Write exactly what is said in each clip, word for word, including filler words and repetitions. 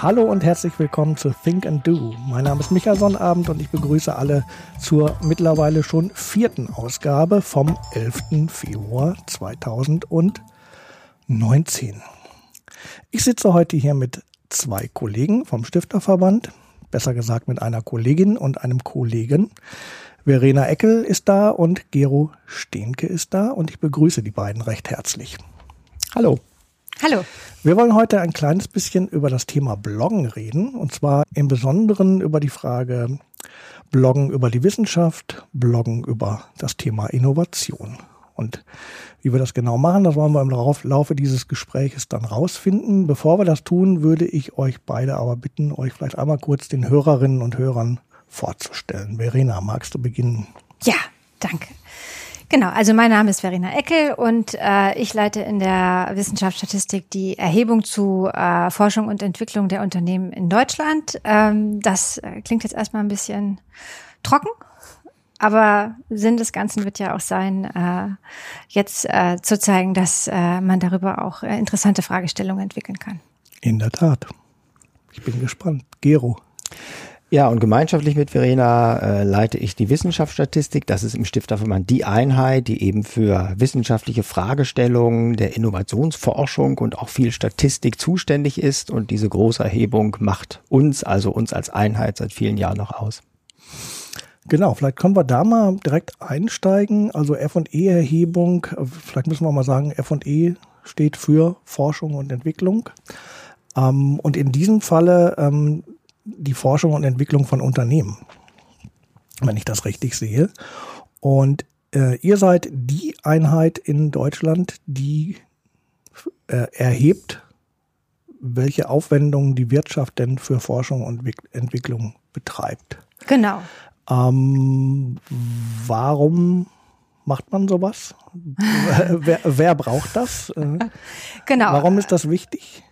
Hallo und herzlich willkommen zu Think and Do. Mein Name ist Michael Sonnabend und ich begrüße alle zur mittlerweile schon vierten Ausgabe vom elften Februar zweitausendneunzehn. Ich sitze heute hier mit zwei Kollegen vom Stifterverband, besser gesagt mit einer Kollegin und einem Kollegen. Verena Eckel ist da und Gero Stehnke ist da und ich begrüße die beiden recht herzlich. Hallo. Hallo. Wir wollen heute ein kleines bisschen über das Thema Bloggen reden, und zwar im Besonderen über die Frage Bloggen über die Wissenschaft, Bloggen über das Thema Innovation. Und wie wir das genau machen, das wollen wir im Laufe dieses Gespräches dann rausfinden. Bevor wir das tun, würde ich euch beide aber bitten, euch vielleicht einmal kurz den Hörerinnen und Hörern vorzustellen. Verena, magst du beginnen? Ja, danke. Genau, also mein Name ist Verena Eckel und äh, ich leite in der Wissenschaftsstatistik die Erhebung zu äh, Forschung und Entwicklung der Unternehmen in Deutschland. Ähm, das äh, klingt jetzt erstmal ein bisschen trocken, aber Sinn des Ganzen wird ja auch sein, äh, jetzt äh, zu zeigen, dass äh, man darüber auch äh, interessante Fragestellungen entwickeln kann. In der Tat. Ich bin gespannt. Gero. Ja, und gemeinschaftlich mit Verena äh, leite ich die Wissenschaftsstatistik. Das ist im Stifterverband die Einheit, die eben für wissenschaftliche Fragestellungen der Innovationsforschung und auch viel Statistik zuständig ist. Und diese große Erhebung macht uns, also uns als Einheit, seit vielen Jahren noch aus. Genau, vielleicht können wir da mal direkt einsteigen. Also F und E-Erhebung, vielleicht müssen wir mal sagen, F und E steht für Forschung und Entwicklung. Ähm, und in diesem Falle ähm, die Forschung und Entwicklung von Unternehmen, wenn ich das richtig sehe. Und äh, ihr seid die Einheit in Deutschland, die äh, erhebt, welche Aufwendungen die Wirtschaft denn für Forschung und Entwicklung betreibt. Genau. Ähm, warum macht man sowas? wer, wer braucht das? Äh, genau. Warum ist das wichtig?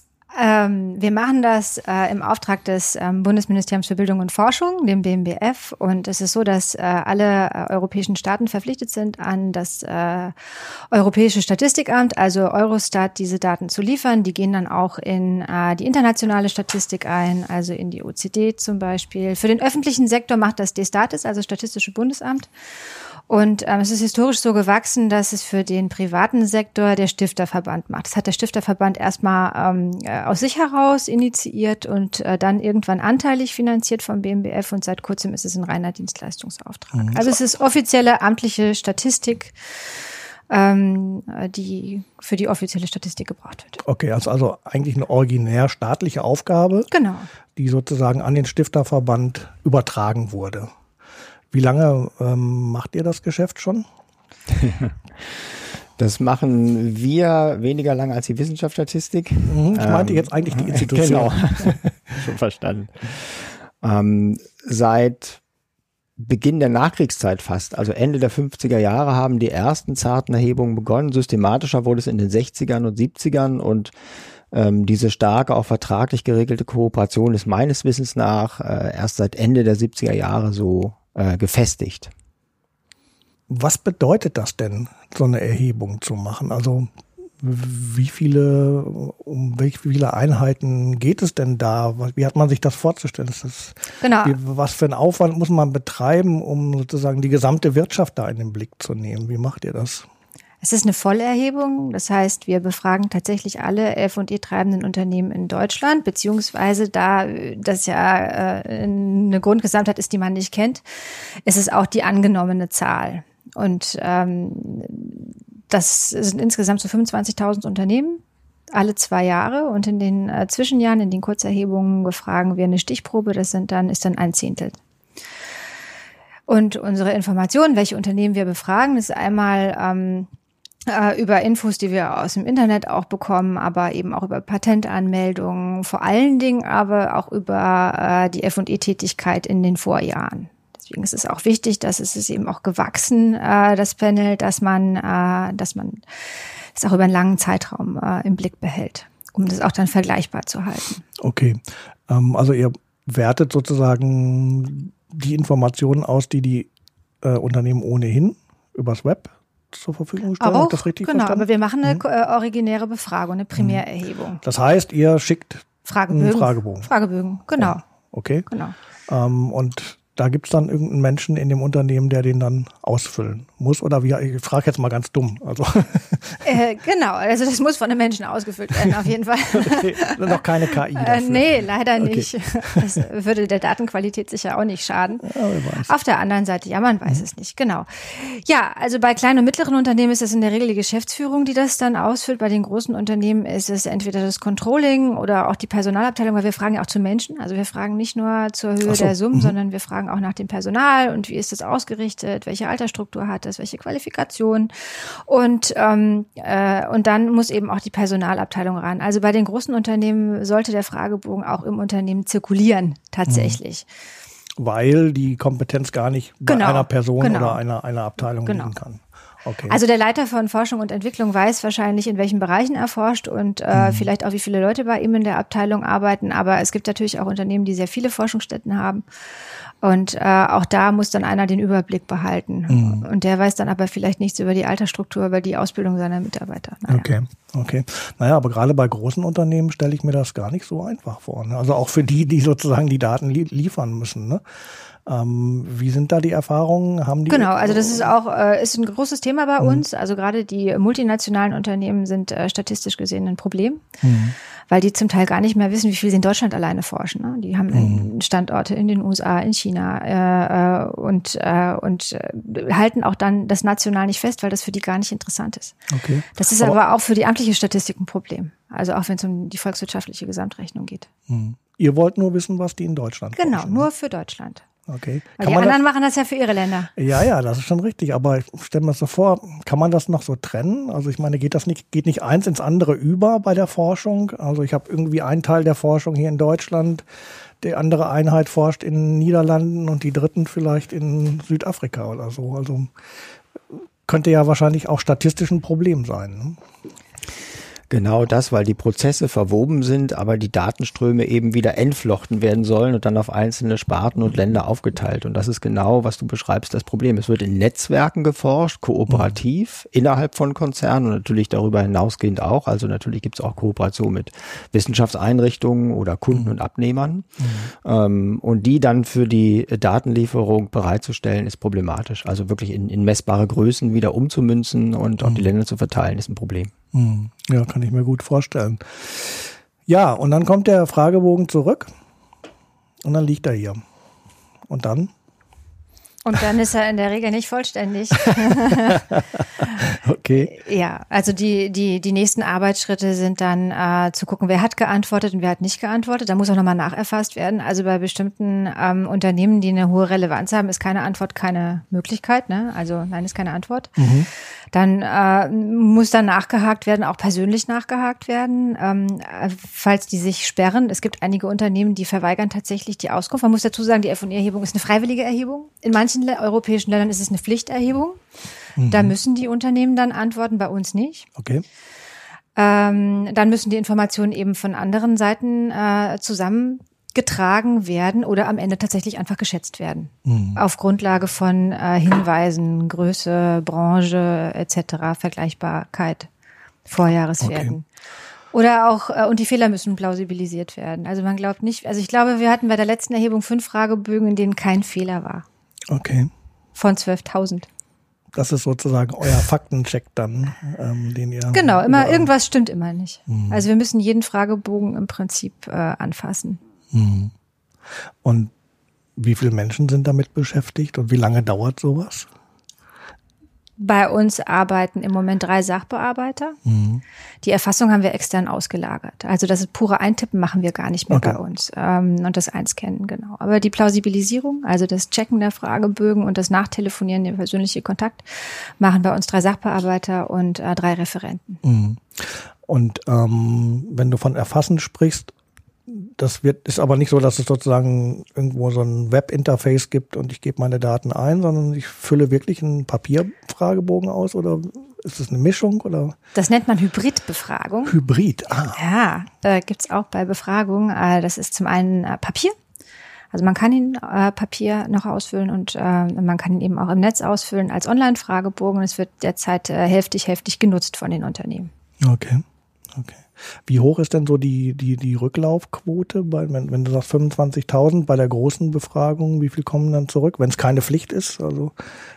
Ähm, wir machen das äh, im Auftrag des ähm, Bundesministeriums für Bildung und Forschung, dem B M B F. Und es ist so, dass äh, alle äh, europäischen Staaten verpflichtet sind, an das äh, Europäische Statistikamt, also Eurostat, diese Daten zu liefern. Die gehen dann auch in äh, die internationale Statistik ein, also in die O E C D zum Beispiel. Für den öffentlichen Sektor macht das DStatis, also Statistische Bundesamt. Und ähm, es ist historisch so gewachsen, dass es für den privaten Sektor der Stifterverband macht. Das hat der Stifterverband erstmal ähm, aus sich heraus initiiert und äh, dann irgendwann anteilig finanziert vom B M B F und seit kurzem ist es ein reiner Dienstleistungsauftrag. Mhm. Also es ist offizielle amtliche Statistik, ähm, die für die offizielle Statistik gebraucht wird. Okay, also, also eigentlich eine originär staatliche Aufgabe, genau, die sozusagen an den Stifterverband übertragen wurde. Wie lange ähm, macht ihr das Geschäft schon? Das machen wir weniger lange als die Wissenschaftsstatistik. Mhm, ich meinte ähm, jetzt eigentlich die Institution. Genau, schon verstanden. Ähm, seit Beginn der Nachkriegszeit fast, also Ende der fünfziger Jahre, haben die ersten zarten Erhebungen begonnen. Systematischer wurde es in den sechzigern und siebzigern und ähm, diese starke, auch vertraglich geregelte Kooperation ist meines Wissens nach äh, erst seit Ende der siebziger Jahre so äh, gefestigt. Was bedeutet das denn, so eine Erhebung zu machen? Also wie viele, um welche viele Einheiten geht es denn da? Wie hat man sich das vorzustellen? Ist das, genau. Wie, was für einen Aufwand muss man betreiben, um sozusagen die gesamte Wirtschaft da in den Blick zu nehmen? Wie macht ihr das? Es ist eine Vollerhebung, das heißt, wir befragen tatsächlich alle F und E-treibenden Unternehmen in Deutschland, beziehungsweise da das ja äh, eine Grundgesamtheit ist, die man nicht kennt, ist es auch die angenommene Zahl. Und ähm, das sind insgesamt so fünfundzwanzigtausend Unternehmen, alle zwei Jahre. Und in den äh, Zwischenjahren, in den Kurzerhebungen befragen wir eine Stichprobe, das sind dann ist dann ein Zehntel. Und unsere Informationen, welche Unternehmen wir befragen, ist einmal ähm, über Infos, die wir aus dem Internet auch bekommen, aber eben auch über Patentanmeldungen, vor allen Dingen aber auch über äh, die F und E-Tätigkeit in den Vorjahren. Deswegen ist es auch wichtig, dass es ist eben auch gewachsen, äh, das Panel, dass man, äh, dass man es auch über einen langen Zeitraum äh, im Blick behält, um das auch dann vergleichbar zu halten. Okay, ähm, also ihr wertet sozusagen die Informationen aus, die die äh, Unternehmen ohnehin übers Web zur Verfügung stellen. Auch, das richtig genau, verstanden? aber wir machen eine mhm. äh, originäre Befragung, eine Primärerhebung. Das heißt, ihr schickt Fragebögen. Fragebogen. Fragebögen, genau. Ja. Okay. Genau. Ähm, und da gibt's dann irgendeinen Menschen in dem Unternehmen, der den dann ausfüllen muss? Oder wie? Ich frage jetzt mal ganz dumm. Also äh, genau, also das muss von einem Menschen ausgefüllt werden, auf jeden Fall. Okay. Noch keine K I dafür. Äh, nee, leider Okay. nicht. Das würde der Datenqualität sicher auch nicht schaden. Ja, wer weiß. Auf der anderen Seite, ja, man weiß mhm. es nicht, genau. Ja, also bei kleinen und mittleren Unternehmen ist es in der Regel die Geschäftsführung, die das dann ausfüllt. Bei den großen Unternehmen ist es entweder das Controlling oder auch die Personalabteilung, weil wir fragen ja auch zu Menschen. Also wir fragen nicht nur zur Höhe Ach so. der Summen, Mhm. sondern wir fragen auch nach dem Personal und wie ist das ausgerichtet, welche Altersstruktur hat es, welche Qualifikation. Und, ähm, äh, und dann muss eben auch die Personalabteilung ran. Also bei den großen Unternehmen sollte der Fragebogen auch im Unternehmen zirkulieren, tatsächlich. Weil die Kompetenz gar nicht bei Genau, einer Person genau. oder einer, einer Abteilung Genau. liegen kann. Okay. Also der Leiter von Forschung und Entwicklung weiß wahrscheinlich, in welchen Bereichen er forscht und äh, mhm. vielleicht auch, wie viele Leute bei ihm in der Abteilung arbeiten. Aber es gibt natürlich auch Unternehmen, die sehr viele Forschungsstätten haben. Und äh, auch da muss dann einer den Überblick behalten. Mhm. Und der weiß dann aber vielleicht nichts über die Altersstruktur, über die Ausbildung seiner Mitarbeiter. Naja. Okay, okay. Naja, aber gerade bei großen Unternehmen stelle ich mir das gar nicht so einfach vor. Ne? Also auch für die, die sozusagen die Daten li- liefern müssen. Ne? Ähm, wie sind da die Erfahrungen? Haben die Genau, also das ist auch äh, ist ein großes Thema bei mhm. uns. Also gerade die multinationalen Unternehmen sind äh, statistisch gesehen ein Problem, mhm. weil die zum Teil gar nicht mehr wissen, wie viel sie in Deutschland alleine forschen. Ne? Die haben mhm. Standorte in den U S A, in China äh, und äh, und äh, halten auch dann das national nicht fest, weil das für die gar nicht interessant ist. Okay. Das ist aber, aber auch für die amtliche Statistik ein Problem. Also auch wenn es um die volkswirtschaftliche Gesamtrechnung geht. Mhm. Ihr wollt nur wissen, was die in Deutschland Genau, forschen. nur für Deutschland. Okay. Weil die anderen machen das ja für ihre Länder. Ja, ja, das ist schon richtig. Aber ich stelle mir das so vor, kann man das noch so trennen? Also ich meine, geht das nicht, geht nicht eins ins andere über bei der Forschung? Also ich habe irgendwie einen Teil der Forschung hier in Deutschland, die andere Einheit forscht in den Niederlanden und die dritten vielleicht in Südafrika oder so. Also könnte ja wahrscheinlich auch statistisch ein Problem sein. Ne? Genau das, weil die Prozesse verwoben sind, aber die Datenströme eben wieder entflochten werden sollen und dann auf einzelne Sparten und Länder aufgeteilt. Und das ist genau, was du beschreibst, das Problem. Es wird in Netzwerken geforscht, kooperativ, mhm. innerhalb von Konzernen und natürlich darüber hinausgehend auch. Also natürlich gibt es auch Kooperation mit Wissenschaftseinrichtungen oder Kunden mhm. und Abnehmern. Mhm. Ähm, und die dann für die Datenlieferung bereitzustellen, ist problematisch. Also wirklich in, in messbare Größen wieder umzumünzen und auf mhm. die Länder zu verteilen, ist ein Problem. Ja, kann ich mir gut vorstellen. Ja, und dann kommt der Fragebogen zurück und dann liegt er hier. Und dann? Und dann ist er in der Regel nicht vollständig. Okay. Ja, also die, die, die nächsten Arbeitsschritte sind dann äh, zu gucken, wer hat geantwortet und wer hat nicht geantwortet. Da muss auch nochmal nacherfasst werden. Also bei bestimmten ähm, Unternehmen, die eine hohe Relevanz haben, ist keine Antwort keine Möglichkeit. Ne? Also nein, ist keine Antwort. Mhm. Dann äh, muss dann nachgehakt werden, auch persönlich nachgehakt werden, ähm, falls die sich sperren. Es gibt einige Unternehmen, die verweigern tatsächlich die Auskunft. Man muss dazu sagen, die F und E-Erhebung ist eine freiwillige Erhebung. In manchen le- europäischen Ländern ist es eine Pflichterhebung. Mhm. Da müssen die Unternehmen dann antworten, bei uns nicht. Okay. Ähm, dann müssen die Informationen eben von anderen Seiten äh, zusammengetragen werden oder am Ende tatsächlich einfach geschätzt werden. Mhm. Auf Grundlage von äh, Hinweisen, Größe, Branche et cetera, Vergleichbarkeit, Vorjahreswerten. Okay. Oder auch, äh, und die Fehler müssen plausibilisiert werden. Also man glaubt nicht, also ich glaube, wir hatten bei der letzten Erhebung fünf Fragebögen, in denen kein Fehler war. Okay. Von zwölftausend. Das ist sozusagen euer Faktencheck dann, ähm, den ihr... Genau, immer irgendwas stimmt immer nicht. Mhm. Also wir müssen jeden Fragebogen im Prinzip äh, anfassen. Mhm. Und wie viele Menschen sind damit beschäftigt und wie lange dauert sowas? Bei uns arbeiten im Moment drei Sachbearbeiter. Mhm. Die Erfassung haben wir extern ausgelagert. Also das ist pure Eintippen machen wir gar nicht mehr okay. bei uns. Ähm, und das Einscannen, genau. Aber die Plausibilisierung, also das Checken der Fragebögen und das Nachtelefonieren, der persönliche Kontakt, machen bei uns drei Sachbearbeiter und äh, drei Referenten. Mhm. Und ähm, wenn du von Erfassen sprichst, das wird, ist aber nicht so, dass es sozusagen irgendwo so ein Webinterface gibt und ich gebe meine Daten ein, sondern ich fülle wirklich einen Papierfragebogen aus oder ist es eine Mischung oder? Das nennt man Hybridbefragung. Hybrid, ah. Ja, äh, gibt's auch bei Befragung. Äh, das ist zum einen äh, Papier. Also man kann ihn äh, Papier noch ausfüllen und äh, man kann ihn eben auch im Netz ausfüllen als Online-Fragebogen. Es wird derzeit äh, hälftig, hälftig genutzt von den Unternehmen. Okay, okay. Wie hoch ist denn so die, die, die Rücklaufquote, bei, wenn, wenn du sagst fünfundzwanzigtausend bei der großen Befragung, wie viel kommen dann zurück, wenn es keine Pflicht ist? Also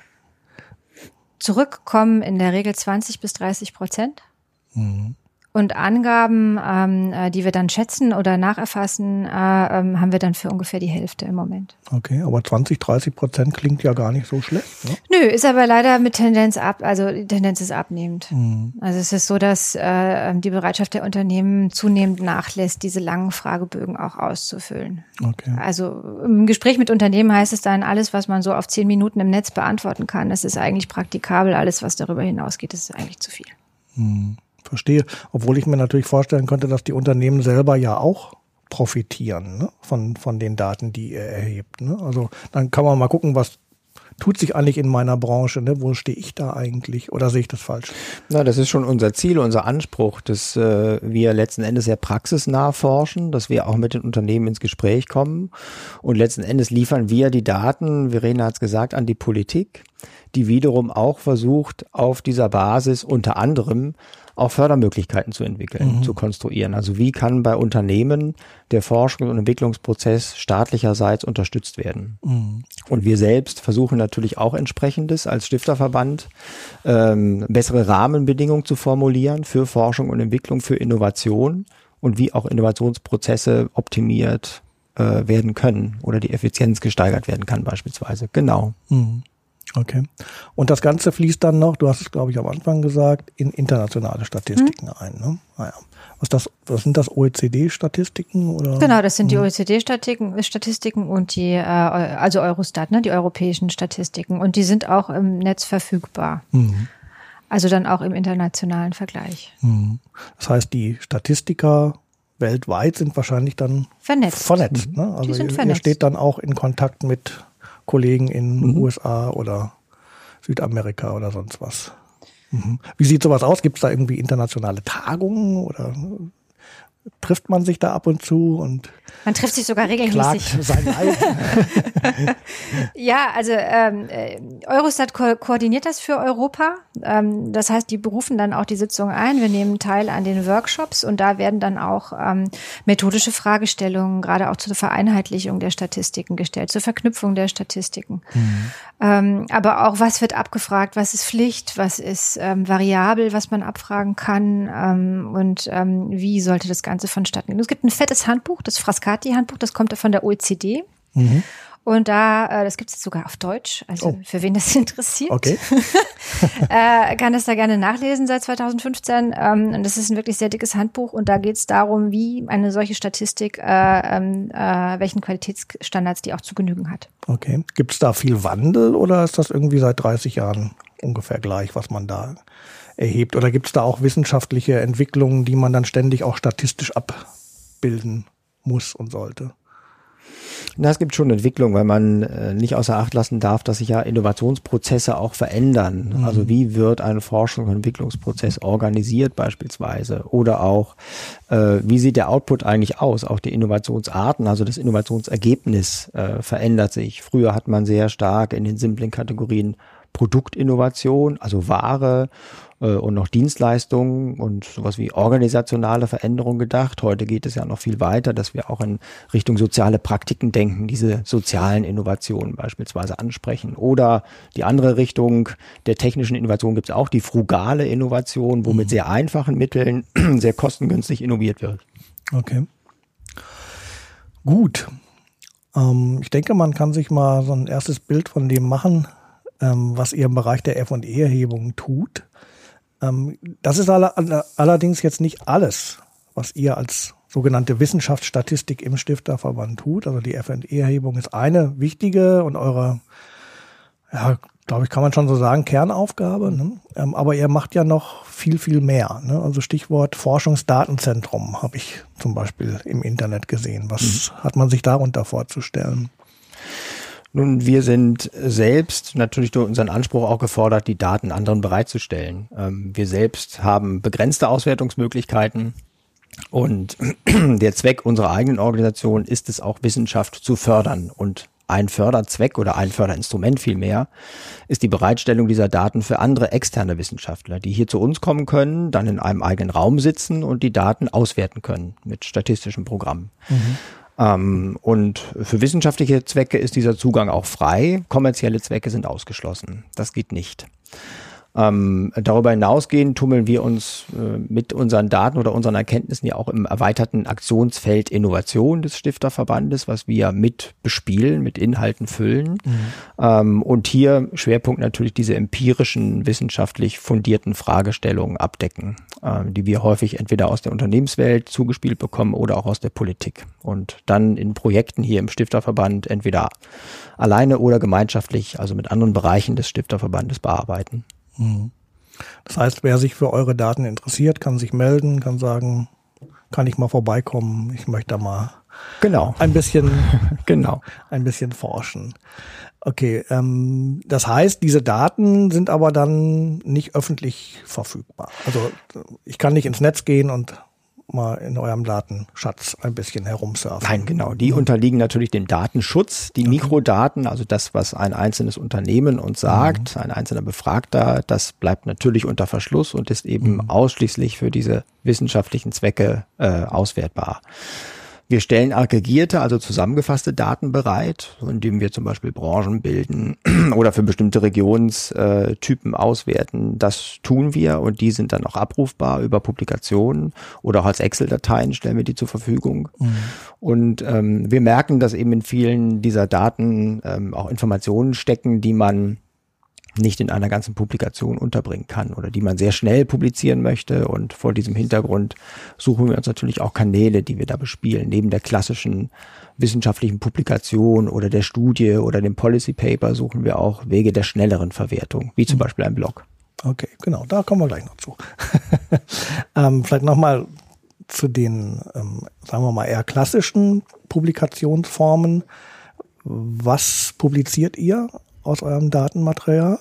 Zurückkommen in der Regel zwanzig bis dreißig Prozent. Mhm. Und Angaben, ähm, die wir dann schätzen oder nacherfassen, äh, ähm, haben wir dann für ungefähr die Hälfte im Moment. Okay, aber zwanzig, dreißig Prozent klingt ja gar nicht so schlecht, ne? Nö, ist aber leider mit Tendenz ab, also die Tendenz ist abnehmend. Mhm. Also es ist so, dass äh, die Bereitschaft der Unternehmen zunehmend nachlässt, diese langen Fragebögen auch auszufüllen. Okay. Also im Gespräch mit Unternehmen heißt es dann, alles, was man so auf zehn Minuten im Netz beantworten kann, das ist eigentlich praktikabel. Alles, was darüber hinausgeht, das ist eigentlich zu viel. Mhm. Verstehe. Obwohl ich mir natürlich vorstellen könnte, dass die Unternehmen selber ja auch profitieren, ne? von, von den Daten, die ihr erhebt. Ne? Also dann kann man mal gucken, was tut sich eigentlich in meiner Branche, ne? Wo stehe ich da eigentlich? Oder sehe ich das falsch? Na, das ist schon unser Ziel, unser Anspruch, dass äh, wir letzten Endes sehr praxisnah forschen, dass wir auch mit den Unternehmen ins Gespräch kommen und letzten Endes liefern wir die Daten, Verena hat es gesagt, an die Politik, die wiederum auch versucht, auf dieser Basis unter anderem auch Fördermöglichkeiten zu entwickeln, mhm. zu konstruieren. Also wie kann bei Unternehmen der Forschungs- und Entwicklungsprozess staatlicherseits unterstützt werden? Mhm. Und wir selbst versuchen natürlich auch entsprechendes als Stifterverband, ähm, bessere Rahmenbedingungen zu formulieren für Forschung und Entwicklung, für Innovation und wie auch Innovationsprozesse optimiert äh, werden können oder die Effizienz gesteigert werden kann beispielsweise. Genau. Mhm. Okay. Und das Ganze fließt dann noch, du hast es, glaube ich, am Anfang gesagt, in internationale Statistiken mhm. ein. Ne? Naja. Was, das, was sind das, O E C D-Statistiken? Oder? Genau, das sind die O E C D-Statistiken Statistiken und die, äh, also Eurostat, ne, die europäischen Statistiken. Und die sind auch im Netz verfügbar. Mhm. Also dann auch im internationalen Vergleich. Mhm. Das heißt, die Statistiker weltweit sind wahrscheinlich dann vernetzt. vernetzt ne? Also die sind ihr, vernetzt. ihr steht dann auch in Kontakt mit Kollegen in den mhm. U S A oder Südamerika oder sonst was. Mhm. Wie sieht sowas aus? Gibt es da irgendwie internationale Tagungen oder trifft man sich da ab und zu? Und man trifft sich sogar regelmäßig. Sein Leid. Ja, also ähm, Eurostat ko- koordiniert das für Europa. Ähm, das heißt, die berufen dann auch die Sitzung ein. Wir nehmen teil an den Workshops und da werden dann auch ähm, methodische Fragestellungen, gerade auch zur Vereinheitlichung der Statistiken gestellt, zur Verknüpfung der Statistiken. Mhm. Ähm, aber auch, was wird abgefragt, was ist Pflicht, was ist ähm, variabel, was man abfragen kann ähm, und ähm, wie sollte das Ganze vonstatten gehen. Es gibt ein fettes Handbuch, das Frascati-Handbuch, das kommt von der O E C D. Mhm. Und da, äh, das gibt es sogar auf Deutsch, also oh. für wen das interessiert, okay. äh, kann das da gerne nachlesen seit zweitausendfünfzehn. Ähm, und das ist ein wirklich sehr dickes Handbuch und da geht es darum, wie eine solche Statistik, äh, äh, welchen Qualitätsstandards die auch zu genügen hat. Okay. Gibt es da viel Wandel oder ist das irgendwie seit dreißig Jahren ungefähr gleich, was man da erhebt? Oder gibt es da auch wissenschaftliche Entwicklungen, die man dann ständig auch statistisch abbilden muss und sollte? Na, es gibt schon Entwicklung, weil man äh, nicht außer Acht lassen darf, dass sich ja Innovationsprozesse auch verändern. Mhm. Also wie wird ein Forschungs- und Entwicklungsprozess organisiert beispielsweise? Oder auch, äh, wie sieht der Output eigentlich aus? Auch die Innovationsarten, also das Innovationsergebnis äh, verändert sich. Früher hat man sehr stark in den simplen Kategorien Produktinnovation, also Ware äh, und noch Dienstleistungen und sowas wie organisationale Veränderung gedacht. Heute geht es ja noch viel weiter, dass wir auch in Richtung soziale Praktiken denken, diese sozialen Innovationen beispielsweise ansprechen. Oder die andere Richtung der technischen Innovation gibt es auch, die frugale Innovation, wo mit sehr einfachen Mitteln sehr kostengünstig innoviert wird. Okay. Gut. Ähm, ich denke, man kann sich mal so ein erstes Bild von dem machen, was ihr im Bereich der F und E-Erhebung tut. Das ist allerdings jetzt nicht alles, was ihr als sogenannte Wissenschaftsstatistik im Stifterverband tut. Also die F und E-Erhebung ist eine wichtige und eure, ja, glaube ich, kann man schon so sagen, Kernaufgabe. Ne? Aber ihr macht ja noch viel, viel mehr. Ne? Also Stichwort Forschungsdatenzentrum habe ich zum Beispiel im Internet gesehen. Was mhm. hat man sich darunter vorzustellen? Nun, wir sind selbst natürlich durch unseren Anspruch auch gefordert, die Daten anderen bereitzustellen. Ähm, wir selbst haben begrenzte Auswertungsmöglichkeiten und der Zweck unserer eigenen Organisation ist es auch, Wissenschaft zu fördern und ein Förderzweck oder ein Förderinstrument vielmehr ist die Bereitstellung dieser Daten für andere externe Wissenschaftler, die hier zu uns kommen können, dann in einem eigenen Raum sitzen und die Daten auswerten können mit statistischen Programmen. Mhm. Ähm, und für wissenschaftliche Zwecke ist dieser Zugang auch frei. Kommerzielle Zwecke sind ausgeschlossen. Das geht nicht. Ähm, darüber hinausgehend tummeln wir uns äh, mit unseren Daten oder unseren Erkenntnissen ja auch im erweiterten Aktionsfeld Innovation des Stifterverbandes, was wir mit bespielen, mit Inhalten füllen. Mhm. Ähm, und hier Schwerpunkt natürlich diese empirischen, wissenschaftlich fundierten Fragestellungen abdecken, äh, die wir häufig entweder aus der Unternehmenswelt zugespielt bekommen oder auch aus der Politik. Und dann in Projekten hier im Stifterverband entweder alleine oder gemeinschaftlich, also mit anderen Bereichen des Stifterverbandes bearbeiten. Das heißt, wer sich für eure Daten interessiert, kann sich melden, kann sagen, kann ich mal vorbeikommen, ich möchte da mal genau. ein bisschen, genau. ein bisschen forschen. Okay, ähm, das heißt, diese Daten sind aber dann nicht öffentlich verfügbar. Also ich kann nicht ins Netz gehen und mal in eurem Datenschatz ein bisschen herumsurfen. Nein, genau. Die unterliegen natürlich dem Datenschutz. Die Mikrodaten, also das, was ein einzelnes Unternehmen uns sagt, mhm. ein einzelner Befragter, das bleibt natürlich unter Verschluss und ist eben mhm. ausschließlich für diese wissenschaftlichen Zwecke äh, auswertbar. Wir stellen aggregierte, also zusammengefasste Daten bereit, indem wir zum Beispiel Branchen bilden oder für bestimmte Regionstypen auswerten. Das tun wir und die sind dann auch abrufbar über Publikationen oder auch als Excel-Dateien stellen wir die zur Verfügung. Mhm. Und ähm, wir merken, dass eben in vielen dieser Daten ähm, auch Informationen stecken, die man nicht in einer ganzen Publikation unterbringen kann oder die man sehr schnell publizieren möchte. Und vor diesem Hintergrund suchen wir uns natürlich auch Kanäle, die wir da bespielen. Neben der klassischen wissenschaftlichen Publikation oder der Studie oder dem Policy Paper suchen wir auch Wege der schnelleren Verwertung, wie zum mhm. Beispiel ein Blog. Okay, genau, da kommen wir gleich noch zu. ähm, vielleicht nochmal zu den, ähm, sagen wir mal, eher klassischen Publikationsformen. Was publiziert ihr aus eurem Datenmaterial?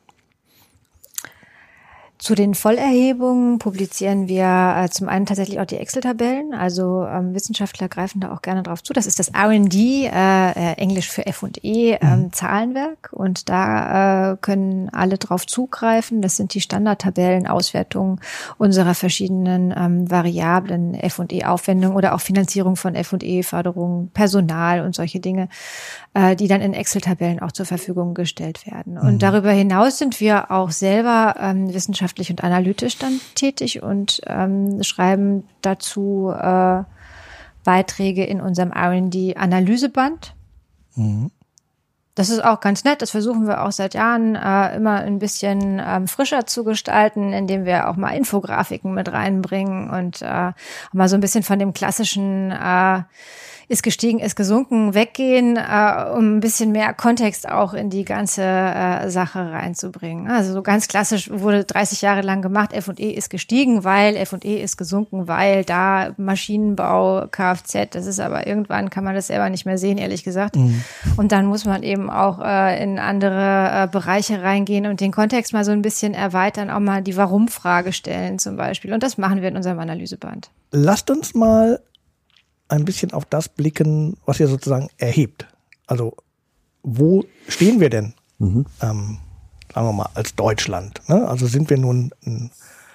Zu den Vollerhebungen publizieren wir äh, zum einen tatsächlich auch die Excel-Tabellen, also ähm, Wissenschaftler greifen da auch gerne drauf zu. Das ist das R und D, äh, Englisch für F und E, ähm, mhm. Zahlenwerk, und da äh, können alle drauf zugreifen. Das sind die Standardtabellen, Auswertungen unserer verschiedenen ähm, Variablen, F und E-Aufwendungen oder auch Finanzierung von F und E-Förderung, Personal und solche Dinge, äh, die dann in Excel-Tabellen auch zur Verfügung gestellt werden. Und mhm. darüber hinaus sind wir auch selber ähm, wissenschaftlich und analytisch dann tätig und ähm, schreiben dazu äh, Beiträge in unserem R und D-Analyseband. Mhm. Das ist auch ganz nett. Das versuchen wir auch seit Jahren äh, immer ein bisschen ähm, frischer zu gestalten, indem wir auch mal Infografiken mit reinbringen und äh, mal so ein bisschen von dem klassischen äh, ist gestiegen, ist gesunken, weggehen, äh, um ein bisschen mehr Kontext auch in die ganze äh, Sache reinzubringen. Also so ganz klassisch wurde dreißig Jahre lang gemacht, F und E ist gestiegen, weil F und E ist gesunken, weil da Maschinenbau, Kfz, das ist aber irgendwann kann man das selber nicht mehr sehen, ehrlich gesagt. Mhm. Und dann muss man eben auch äh, in andere äh, Bereiche reingehen und den Kontext mal so ein bisschen erweitern, auch mal die Warum-Frage stellen zum Beispiel. Und das machen wir in unserem Analyseband. Lasst uns mal ein bisschen auf das blicken, was ihr sozusagen erhebt. Also wo stehen wir denn, mhm. ähm, sagen wir mal, als Deutschland? Ne? Also sind wir nun ein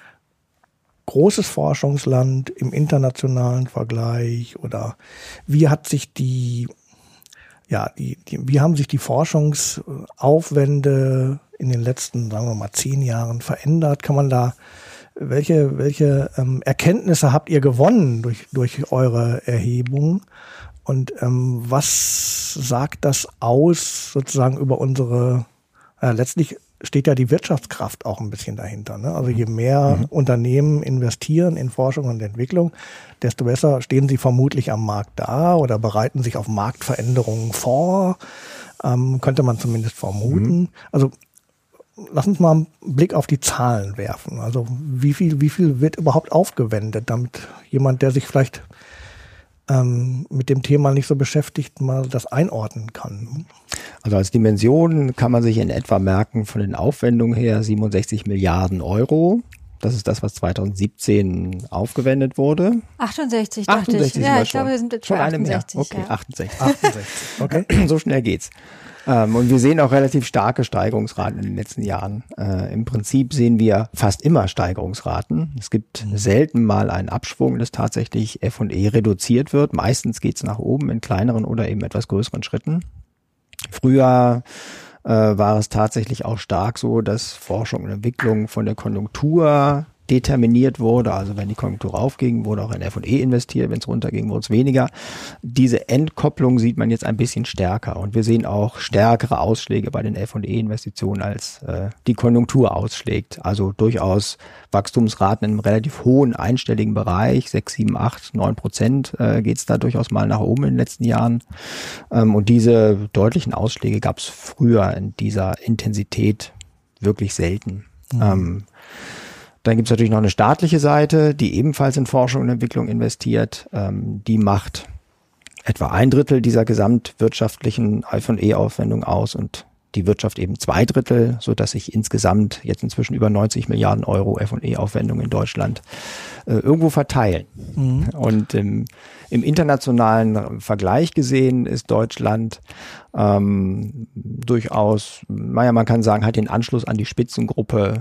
großes Forschungsland im internationalen Vergleich oder wie hat sich die, ja, die, die wie haben sich die Forschungsaufwände in den letzten, sagen wir mal, zehn Jahren verändert? Kann man da Welche, welche ähm, Erkenntnisse habt ihr gewonnen durch, durch eure Erhebung? Und ähm, was sagt das aus sozusagen über unsere, äh, letztlich steht ja die Wirtschaftskraft auch ein bisschen dahinter. Ne? Also je mehr mhm. Unternehmen investieren in Forschung und Entwicklung, desto besser stehen sie vermutlich am Markt da oder bereiten sich auf Marktveränderungen vor, ähm, könnte man zumindest vermuten. Mhm. Also lass uns mal einen Blick auf die Zahlen werfen. Also wie viel, wie viel wird überhaupt aufgewendet, damit jemand, der sich vielleicht ähm, mit dem Thema nicht so beschäftigt, mal das einordnen kann? Also als Dimension kann man sich in etwa merken von den Aufwendungen her siebenundsechzig Milliarden Euro Das ist das, was zweitausendsiebzehn aufgewendet wurde. achtundsechzig, dachte achtundsechzig ich. Ja, ich glaube, wir sind jetzt schon bei eine mehr. achtundsechzig. Okay, ja. achtundsechzig. achtundsechzig, okay. So schnell geht's. Ähm, und wir sehen auch relativ starke Steigerungsraten in den letzten Jahren. Äh, Im Prinzip sehen wir fast immer Steigerungsraten. Es gibt selten mal einen Abschwung, dass tatsächlich F und E reduziert wird. Meistens geht's nach oben in kleineren oder eben etwas größeren Schritten. Früher äh, war es tatsächlich auch stark so, dass Forschung und Entwicklung von der Konjunktur determiniert wurde. Also wenn die Konjunktur raufging, wurde auch in F und E investiert, wenn es runterging, wurde es weniger. Diese Entkopplung sieht man jetzt ein bisschen stärker und wir sehen auch stärkere Ausschläge bei den F und E-Investitionen, als äh, die Konjunktur ausschlägt. Also durchaus Wachstumsraten in einem relativ hohen einstelligen Bereich, sechs, sieben, acht, neun Prozent äh, geht es da durchaus mal nach oben in den letzten Jahren. Ähm, und diese deutlichen Ausschläge gab es früher in dieser Intensität wirklich selten. Mhm. Ähm, Dann gibt es natürlich noch eine staatliche Seite, die ebenfalls in Forschung und Entwicklung investiert. Ähm, die macht etwa ein Drittel dieser gesamtwirtschaftlichen F und E-Aufwendung aus und die Wirtschaft eben zwei Drittel, sodass sich insgesamt jetzt inzwischen über neunzig Milliarden Euro F und E-Aufwendung in Deutschland äh, irgendwo verteilen. Mhm. Und im, im internationalen Vergleich gesehen ist Deutschland ähm, durchaus, naja, man kann sagen, hat den Anschluss an die Spitzengruppe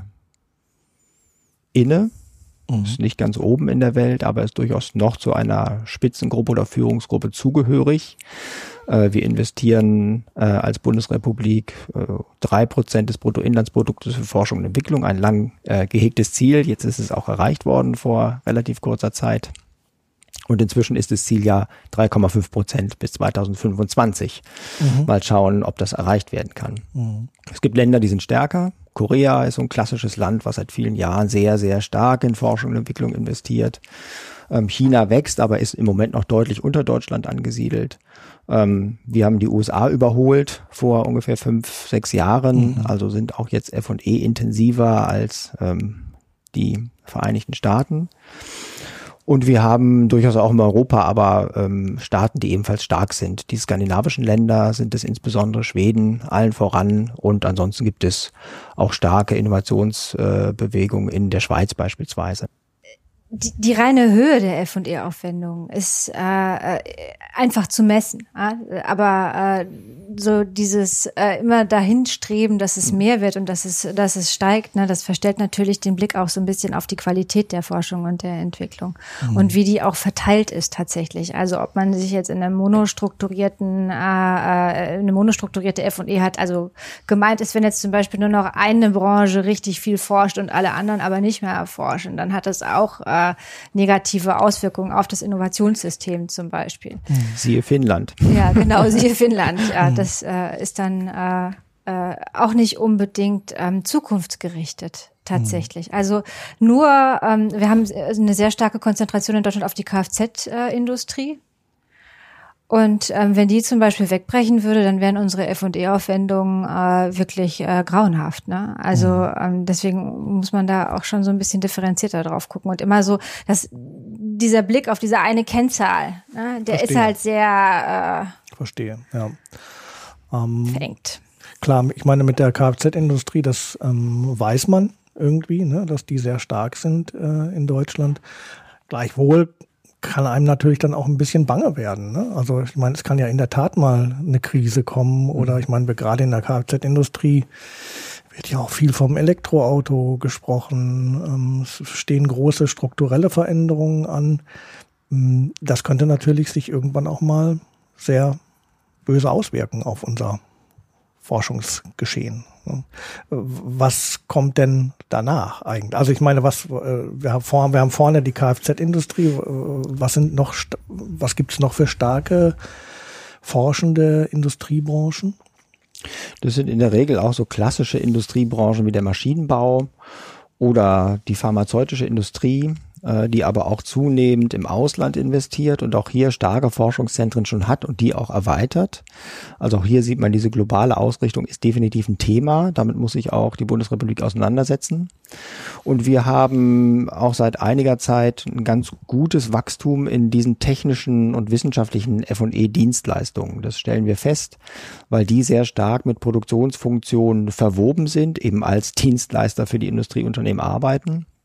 inne, mhm. ist nicht ganz oben in der Welt, aber ist durchaus noch zu einer Spitzengruppe oder Führungsgruppe zugehörig. Äh, wir investieren äh, als Bundesrepublik äh, drei Prozent des Bruttoinlandsproduktes für Forschung und Entwicklung, ein lang äh, gehegtes Ziel. Jetzt ist es auch erreicht worden vor relativ kurzer Zeit. Und inzwischen ist das Ziel ja drei Komma fünf Prozent bis zweitausendfünfundzwanzig. Mhm. Mal schauen, ob das erreicht werden kann. Mhm. Es gibt Länder, die sind stärker. Korea ist so ein klassisches Land, was seit vielen Jahren sehr, sehr stark in Forschung und Entwicklung investiert. Ähm, China wächst, aber ist im Moment noch deutlich unter Deutschland angesiedelt. Ähm, wir haben die U S A überholt vor ungefähr fünf, sechs Jahren, mhm. also sind auch jetzt F und E intensiver als ähm, die Vereinigten Staaten. Und wir haben durchaus auch in Europa aber ähm, Staaten, die ebenfalls stark sind. Die skandinavischen Länder sind es insbesondere, Schweden allen voran. Und ansonsten gibt es auch starke Innovationsbewegungen äh, in der Schweiz beispielsweise. Die, die reine Höhe der F und E-Aufwendung ist äh, einfach zu messen. Äh? Aber äh, so dieses äh, immer dahin streben, dass es mehr wird und dass es, dass es steigt, ne, das verstellt natürlich den Blick auch so ein bisschen auf die Qualität der Forschung und der Entwicklung mhm. und wie die auch verteilt ist tatsächlich. Also ob man sich jetzt in einem monostrukturierten, äh, eine monostrukturierte F und E hat, also gemeint ist, wenn jetzt zum Beispiel nur noch eine Branche richtig viel forscht und alle anderen aber nicht mehr erforschen, dann hat das auch äh, negative Auswirkungen auf das Innovationssystem zum Beispiel. Siehe Finnland. Ja, genau, siehe Finnland. Ja, das äh, ist dann äh, äh, auch nicht unbedingt ähm, zukunftsgerichtet tatsächlich. Also nur, ähm, wir haben eine sehr starke Konzentration in Deutschland auf die Kfz-Industrie. Und ähm, wenn die zum Beispiel wegbrechen würde, dann wären unsere F und E-Aufwendungen äh, wirklich äh, grauenhaft. Ne? Also ähm, deswegen muss man da auch schon so ein bisschen differenzierter drauf gucken und immer so, dass dieser Blick auf diese eine Kennzahl, ne, der Verstehe. Ist halt sehr äh, Verstehe, ja. Ähm, verengt. Klar, ich meine mit der Kfz-Industrie, das ähm, weiß man irgendwie, ne, dass die sehr stark sind äh, in Deutschland. Gleichwohl kann einem natürlich dann auch ein bisschen bange werden. Ne? Also ich meine, es kann ja in der Tat mal eine Krise kommen oder ich meine, gerade in der Kfz-Industrie wird ja auch viel vom Elektroauto gesprochen. Ähm, es stehen große strukturelle Veränderungen an. Das könnte natürlich sich irgendwann auch mal sehr böse auswirken auf unser Forschungsgeschehen. Was kommt denn danach eigentlich? Also ich meine, was wir haben, vor, wir haben vorne die Kfz-Industrie. Was sind noch, was gibt's noch für starke forschende Industriebranchen? Das sind in der Regel auch so klassische Industriebranchen wie der Maschinenbau oder die pharmazeutische Industrie, die aber auch zunehmend im Ausland investiert und auch hier starke Forschungszentren schon hat und die auch erweitert. Also auch hier sieht man, diese globale Ausrichtung ist definitiv ein Thema. Damit muss sich auch die Bundesrepublik auseinandersetzen. Und wir haben auch seit einiger Zeit ein ganz gutes Wachstum in diesen technischen und wissenschaftlichen F und E-Dienstleistungen. Das stellen wir fest, weil die sehr stark mit Produktionsfunktionen verwoben sind, eben als Dienstleister für die Industrieunternehmen arbeiten.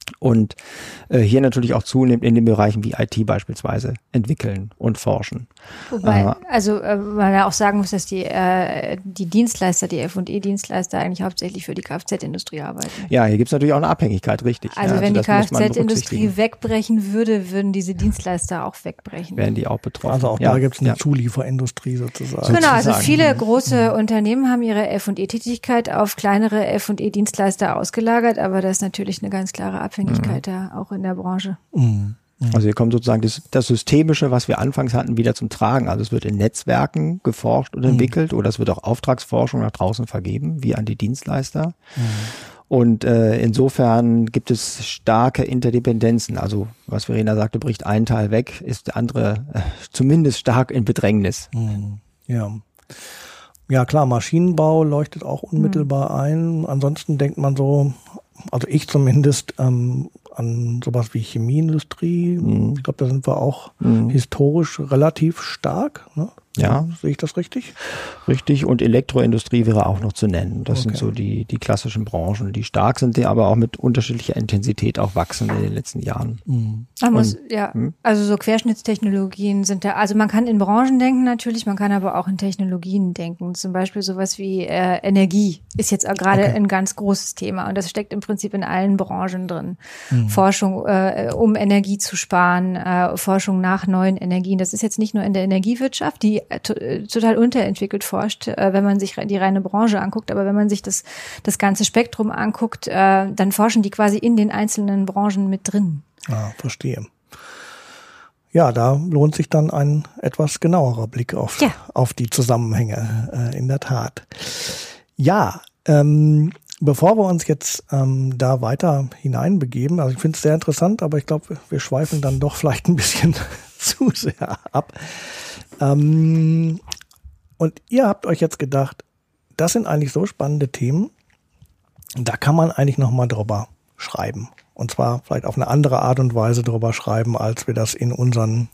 Und äh, hier natürlich auch zunehmend in den Bereichen wie I T beispielsweise entwickeln und forschen. Wobei, äh, also äh, man ja auch sagen muss, dass die, äh, die Dienstleister, die F und E-Dienstleister eigentlich hauptsächlich für die Kfz-Industrie arbeiten. Ja, hier gibt es natürlich auch eine Abhängigkeit, richtig. Also ja, wenn also die Kfz-Industrie wegbrechen würde, würden diese Dienstleister auch wegbrechen. Wären die auch betroffen. Also auch ja, da gibt es eine ja. Zulieferindustrie sozusagen. Genau, also sozusagen. viele große mhm. Unternehmen haben ihre F und E-Tätigkeit auf kleinere F und E-Dienstleister ausgelagert, aber das ist natürlich eine ganz klare Abhängigkeit mhm. da auch in der Branche. Mhm. Also hier kommt sozusagen das, das Systemische, was wir anfangs hatten, wieder zum Tragen. Also es wird in Netzwerken geforscht und entwickelt mhm. oder es wird auch Auftragsforschung nach draußen vergeben, wie an die Dienstleister. Mhm. Und äh, insofern gibt es starke Interdependenzen. Also was Verena sagte, bricht ein Teil weg, ist der andere äh, zumindest stark in Bedrängnis. Mhm. Ja. Ja klar, Maschinenbau leuchtet auch unmittelbar mhm. ein. Ansonsten denkt man so, also ich zumindest, ähm, an sowas wie Chemieindustrie. Mhm. Ich glaube, da sind wir auch mhm. historisch relativ stark. Ne? Ja. Sehe ich das richtig? Richtig. Und Elektroindustrie wäre auch noch zu nennen. Das okay. sind so die, die klassischen Branchen, die stark sind, die aber auch mit unterschiedlicher Intensität auch wachsen in den letzten Jahren. Mhm. Man muss, Und, ja, hm? also so Querschnittstechnologien sind da, also man kann in Branchen denken natürlich, man kann aber auch in Technologien denken. Zum Beispiel sowas wie äh, Energie ist jetzt gerade okay. ein ganz großes Thema. Und das steckt im Prinzip in allen Branchen drin. Mhm. Forschung, äh, um Energie zu sparen, äh, Forschung nach neuen Energien. Das ist jetzt nicht nur in der Energiewirtschaft, die total unterentwickelt forscht, wenn man sich die reine Branche anguckt. Aber wenn man sich das, das ganze Spektrum anguckt, dann forschen die quasi in den einzelnen Branchen mit drin. Ah, verstehe. Ja, da lohnt sich dann ein etwas genauerer Blick auf, ja. auf die Zusammenhänge, in der Tat. Ja, ähm, bevor wir uns jetzt ähm, da weiter hineinbegeben, also ich finde es sehr interessant, aber ich glaube, wir schweifen dann doch vielleicht ein bisschen zu sehr ab. Ähm, und ihr habt euch jetzt gedacht, das sind eigentlich so spannende Themen, da kann man eigentlich nochmal drüber schreiben. Und zwar vielleicht auf eine andere Art und Weise drüber schreiben, als wir das in unseren,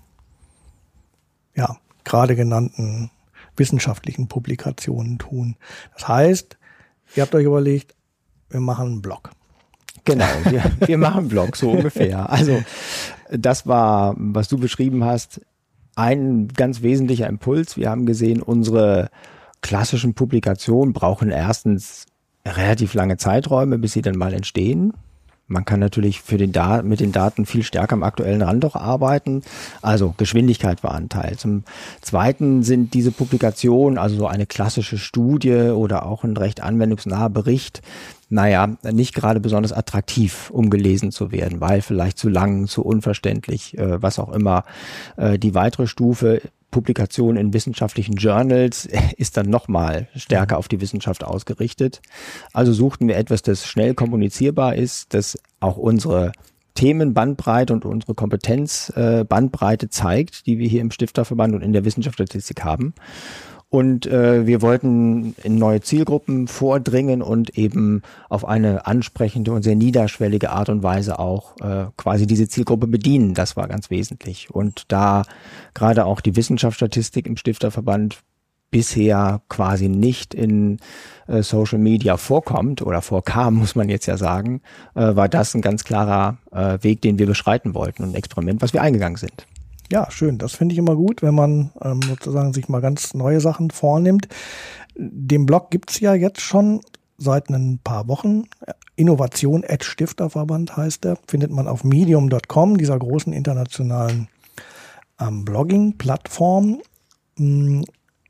ja, gerade genannten wissenschaftlichen Publikationen tun. Das heißt, ihr habt euch überlegt, wir machen einen Blog. Genau, wir, wir machen einen Blog, so ungefähr. Also das war, was du beschrieben hast, ein ganz wesentlicher Impuls. Wir haben gesehen, unsere klassischen Publikationen brauchen erstens relativ lange Zeiträume, bis sie dann mal entstehen. Man kann natürlich für den Da- mit den Daten viel stärker am aktuellen Rand auch arbeiten. Also Geschwindigkeit war ein Teil. Zum Zweiten sind diese Publikationen, also so eine klassische Studie oder auch ein recht anwendungsnaher Bericht, naja, nicht gerade besonders attraktiv, um gelesen zu werden, weil vielleicht zu lang, zu unverständlich, äh, was auch immer. Äh, die weitere Stufe, Publikation in wissenschaftlichen Journals, ist dann nochmal stärker auf die Wissenschaft ausgerichtet. Also suchten wir etwas, das schnell kommunizierbar ist, das auch unsere Themenbandbreite und unsere Kompetenzbandbreite äh, zeigt, die wir hier im Stifterverband und in der Wissenschaftsstatistik haben. Und äh, wir wollten in neue Zielgruppen vordringen und eben auf eine ansprechende und sehr niederschwellige Art und Weise auch äh, quasi diese Zielgruppe bedienen. Das war ganz wesentlich. Und da gerade auch die Wissenschaftsstatistik im Stifterverband bisher quasi nicht in äh, Social Media vorkommt oder vorkam, muss man jetzt ja sagen, äh, war das ein ganz klarer äh, Weg, den wir beschreiten wollten und ein Experiment, was wir eingegangen sind. Ja, schön. Das finde ich immer gut, wenn man ähm, sozusagen sich mal ganz neue Sachen vornimmt. Den Blog gibt's ja jetzt schon seit ein paar Wochen. Innovation at Stifterverband heißt er. Findet man auf medium Punkt com, dieser großen internationalen ähm, Blogging-Plattform. Hm,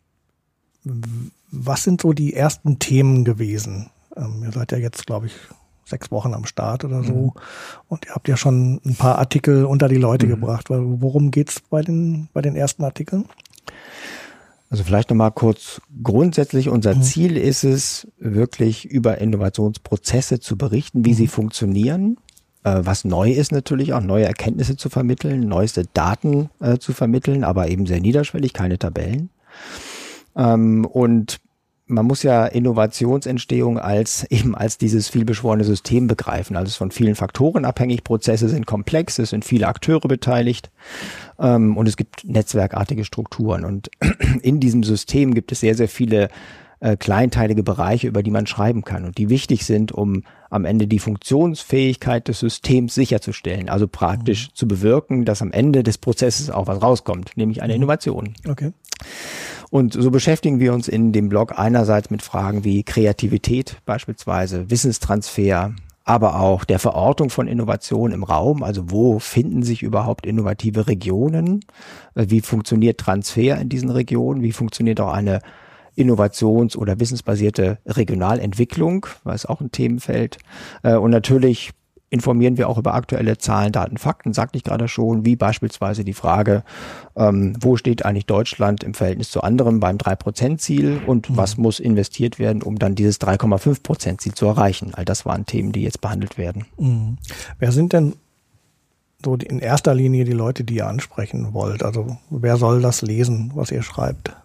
was sind so die ersten Themen gewesen? Ähm, ihr seid ja jetzt, glaube ich, sechs Wochen am Start oder so. Mhm. Und ihr habt ja schon ein paar Artikel unter die Leute mhm. gebracht. Worum geht's bei den, bei den ersten Artikeln? Also vielleicht nochmal kurz grundsätzlich. Unser mhm. Ziel ist es, wirklich über Innovationsprozesse zu berichten, wie mhm. sie funktionieren. Äh, was neu ist natürlich auch, neue Erkenntnisse zu vermitteln, neueste Daten äh, zu vermitteln, aber eben sehr niederschwellig, keine Tabellen. Ähm, und man muss ja Innovationsentstehung als eben als dieses vielbeschworene System begreifen. Also es ist von vielen Faktoren abhängig. Prozesse sind komplex, es sind viele Akteure beteiligt ähm, und es gibt netzwerkartige Strukturen. Und in diesem System gibt es sehr, sehr viele äh, kleinteilige Bereiche, über die man schreiben kann und die wichtig sind, um am Ende die Funktionsfähigkeit des Systems sicherzustellen, also praktisch mhm. zu bewirken, dass am Ende des Prozesses auch was rauskommt, nämlich eine mhm. Innovation. Okay. Und so beschäftigen wir uns in dem Blog einerseits mit Fragen wie Kreativität beispielsweise, Wissenstransfer, aber auch der Verortung von Innovation im Raum, also wo finden sich überhaupt innovative Regionen, wie funktioniert Transfer in diesen Regionen, wie funktioniert auch eine innovations- oder wissensbasierte Regionalentwicklung, was auch ein Themenfeld. Und natürlich informieren wir auch über aktuelle Zahlen, Daten, Fakten, sagte ich gerade schon, wie beispielsweise die Frage, ähm, wo steht eigentlich Deutschland im Verhältnis zu anderen beim drei Prozent Ziel und mhm. was muss investiert werden, um dann dieses drei Komma fünf Prozent Ziel zu erreichen. All das waren Themen, die jetzt behandelt werden. Mhm. Wer sind denn so die, in erster Linie die Leute, die ihr ansprechen wollt? Also wer soll das lesen, was ihr schreibt?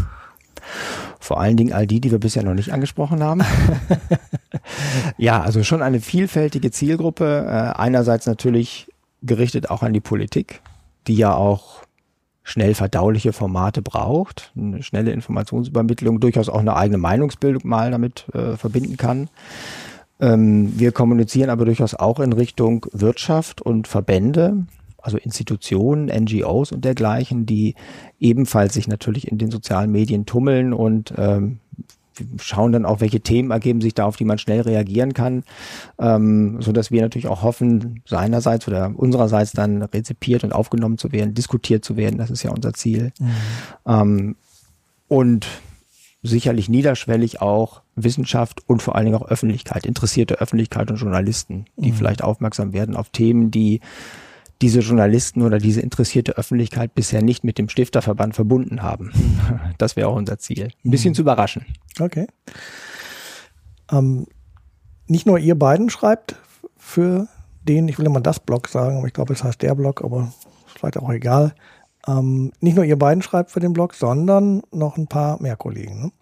Vor allen Dingen all die, die wir bisher noch nicht angesprochen haben. Ja, also schon eine vielfältige Zielgruppe. Äh, einerseits natürlich gerichtet auch an die Politik, die ja auch schnell verdauliche Formate braucht, eine schnelle Informationsübermittlung, durchaus auch eine eigene Meinungsbildung mal damit äh, verbinden kann. Ähm, wir kommunizieren aber durchaus auch in Richtung Wirtschaft und Verbände, also Institutionen, N G Os und dergleichen, die ebenfalls sich natürlich in den sozialen Medien tummeln und ähm, schauen dann auch, welche Themen ergeben sich da, auf die man schnell reagieren kann, ähm, so dass wir natürlich auch hoffen, seinerseits oder unsererseits dann rezipiert und aufgenommen zu werden, diskutiert zu werden. Das ist ja unser Ziel. Mhm. Ähm, und sicherlich niederschwellig auch Wissenschaft und vor allen Dingen auch Öffentlichkeit, interessierte Öffentlichkeit und Journalisten, die mhm. vielleicht aufmerksam werden auf Themen, die diese Journalisten oder diese interessierte Öffentlichkeit bisher nicht mit dem Stifterverband verbunden haben. Das wäre auch unser Ziel. Ein bisschen mhm. zu überraschen. Okay. Ähm, nicht nur ihr beiden schreibt für den, ich will immer das Blog sagen, aber ich glaube, es heißt der Blog, aber ist vielleicht auch egal. Ähm, nicht nur ihr beiden schreibt für den Blog, sondern noch ein paar mehr Kollegen, ne?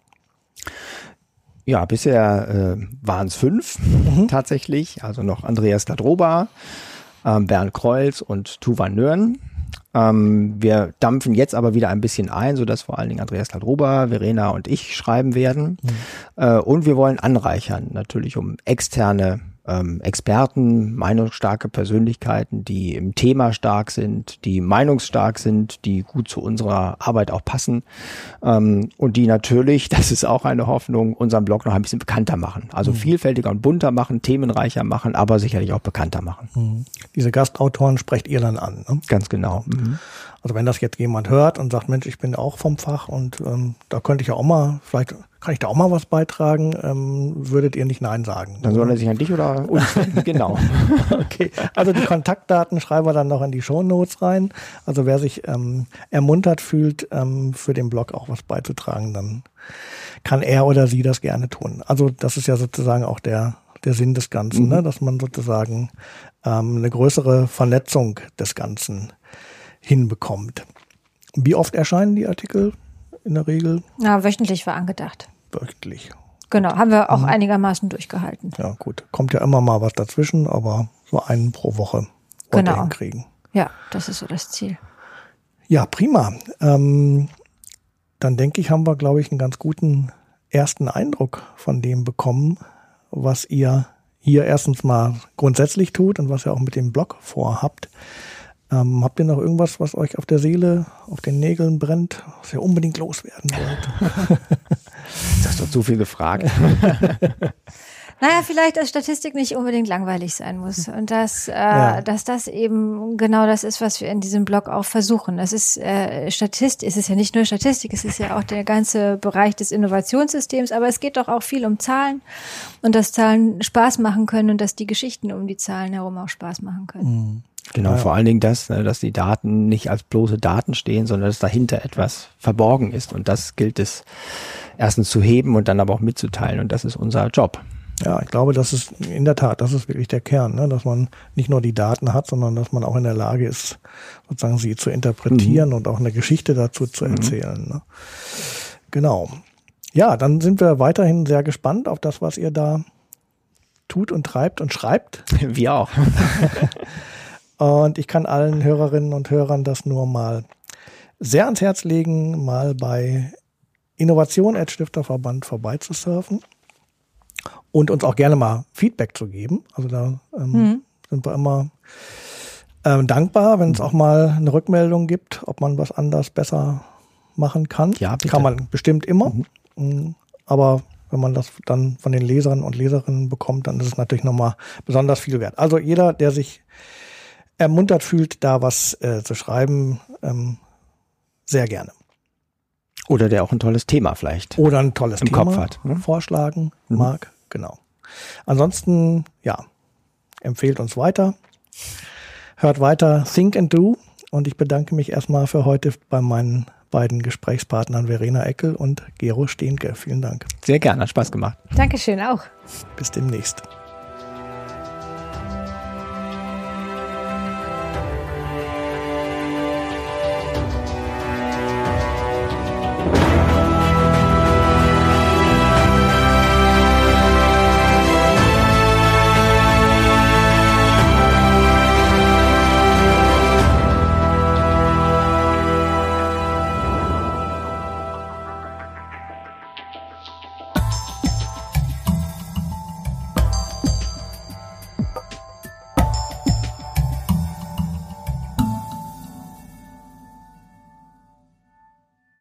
Ja, bisher äh, waren es fünf mhm. tatsächlich. Also noch Andreas Kadroba, Ähm, Bernd Kreuz und Tuvan Nörn. Ähm, wir dampfen jetzt aber wieder ein bisschen ein, sodass vor allen Dingen Andreas Kadroba, Verena und ich schreiben werden. Mhm. Äh, und wir wollen anreichern, natürlich um externe ähm, Experten, meinungsstarke Persönlichkeiten, die im Thema stark sind, die meinungsstark sind, die gut zu unserer Arbeit auch passen ähm, und die natürlich, das ist auch eine Hoffnung, unseren Blog noch ein bisschen bekannter machen. Also mhm. vielfältiger und bunter machen, themenreicher machen, aber sicherlich auch bekannter machen. Mhm. Diese Gastautoren sprecht ihr dann an, ne? Ganz genau. Mhm. Also wenn das jetzt jemand hört und sagt, Mensch, ich bin auch vom Fach und ähm, da könnte ich ja auch mal, vielleicht kann ich da auch mal was beitragen, ähm, würdet ihr nicht Nein sagen? Dann soll er sich an dich oder uns wenden, genau. Okay, also die Kontaktdaten schreiben wir dann noch in die Shownotes rein. Also wer sich ähm, ermuntert fühlt, ähm, für den Blog auch was beizutragen, dann kann er oder sie das gerne tun. Also das ist ja sozusagen auch der der Sinn des Ganzen, mhm. ne? Dass man sozusagen ähm, eine größere Vernetzung des Ganzen hinbekommt. Wie oft erscheinen die Artikel in der Regel? Ja, wöchentlich war angedacht. Wöchentlich. Genau, haben wir auch mhm. einigermaßen durchgehalten. Ja, gut. Kommt ja immer mal was dazwischen, aber so einen pro Woche wollt ihr hinkriegen. Ja, das ist so das Ziel. Ja, prima. Ähm, dann denke ich, haben wir, glaube ich, einen ganz guten ersten Eindruck von dem bekommen, was ihr hier erstens mal grundsätzlich tut und was ihr auch mit dem Blog vorhabt. Ähm, habt ihr noch irgendwas, was euch auf der Seele, auf den Nägeln brennt, was ihr unbedingt loswerden wollt? Das ist doch zu viel gefragt. Naja, vielleicht, dass Statistik nicht unbedingt langweilig sein muss und dass, äh, ja. dass das eben genau das ist, was wir in diesem Blog auch versuchen. Das ist äh, Statistik, es ist ja nicht nur Statistik, es ist ja auch der ganze Bereich des Innovationssystems, aber es geht doch auch viel um Zahlen und dass Zahlen Spaß machen können und dass die Geschichten um die Zahlen herum auch Spaß machen können. Mhm. Genau, ja. Vor allen Dingen das, dass die Daten nicht als bloße Daten stehen, sondern dass dahinter etwas verborgen ist und das gilt es erstens zu heben und dann aber auch mitzuteilen und das ist unser Job. Ja, ich glaube, das ist in der Tat, das ist wirklich der Kern, ne? Dass man nicht nur die Daten hat, sondern dass man auch in der Lage ist, sozusagen sie zu interpretieren mhm. und auch eine Geschichte dazu zu erzählen. Mhm. Ne? Genau. Ja, dann sind wir weiterhin sehr gespannt auf das, was ihr da tut und treibt und schreibt. Wir auch. Und ich kann allen Hörerinnen und Hörern das nur mal sehr ans Herz legen, mal bei innovation at stifterverband vorbeizusurfen und uns auch gerne mal Feedback zu geben. Also da ähm, mhm. sind wir immer ähm, dankbar, wenn es auch mal eine Rückmeldung gibt, ob man was anders besser machen kann. Ja, bitte. Kann man bestimmt immer. Mhm. Aber wenn man das dann von den Lesern und Leserinnen bekommt, dann ist es natürlich nochmal besonders viel wert. Also jeder, der sich ermuntert fühlt, da was äh, zu schreiben, ähm, sehr gerne. Oder der auch ein tolles Thema vielleicht Oder ein tolles im Thema Kopf hat, ne? vorschlagen Mhm. mag. Genau. Ansonsten, ja, empfehlt uns weiter. Hört weiter Think and Do. Und ich bedanke mich erstmal für heute bei meinen beiden Gesprächspartnern Verena Eckel und Gero Stehnke. Vielen Dank. Sehr gerne, hat Spaß gemacht. Dankeschön auch. Bis demnächst.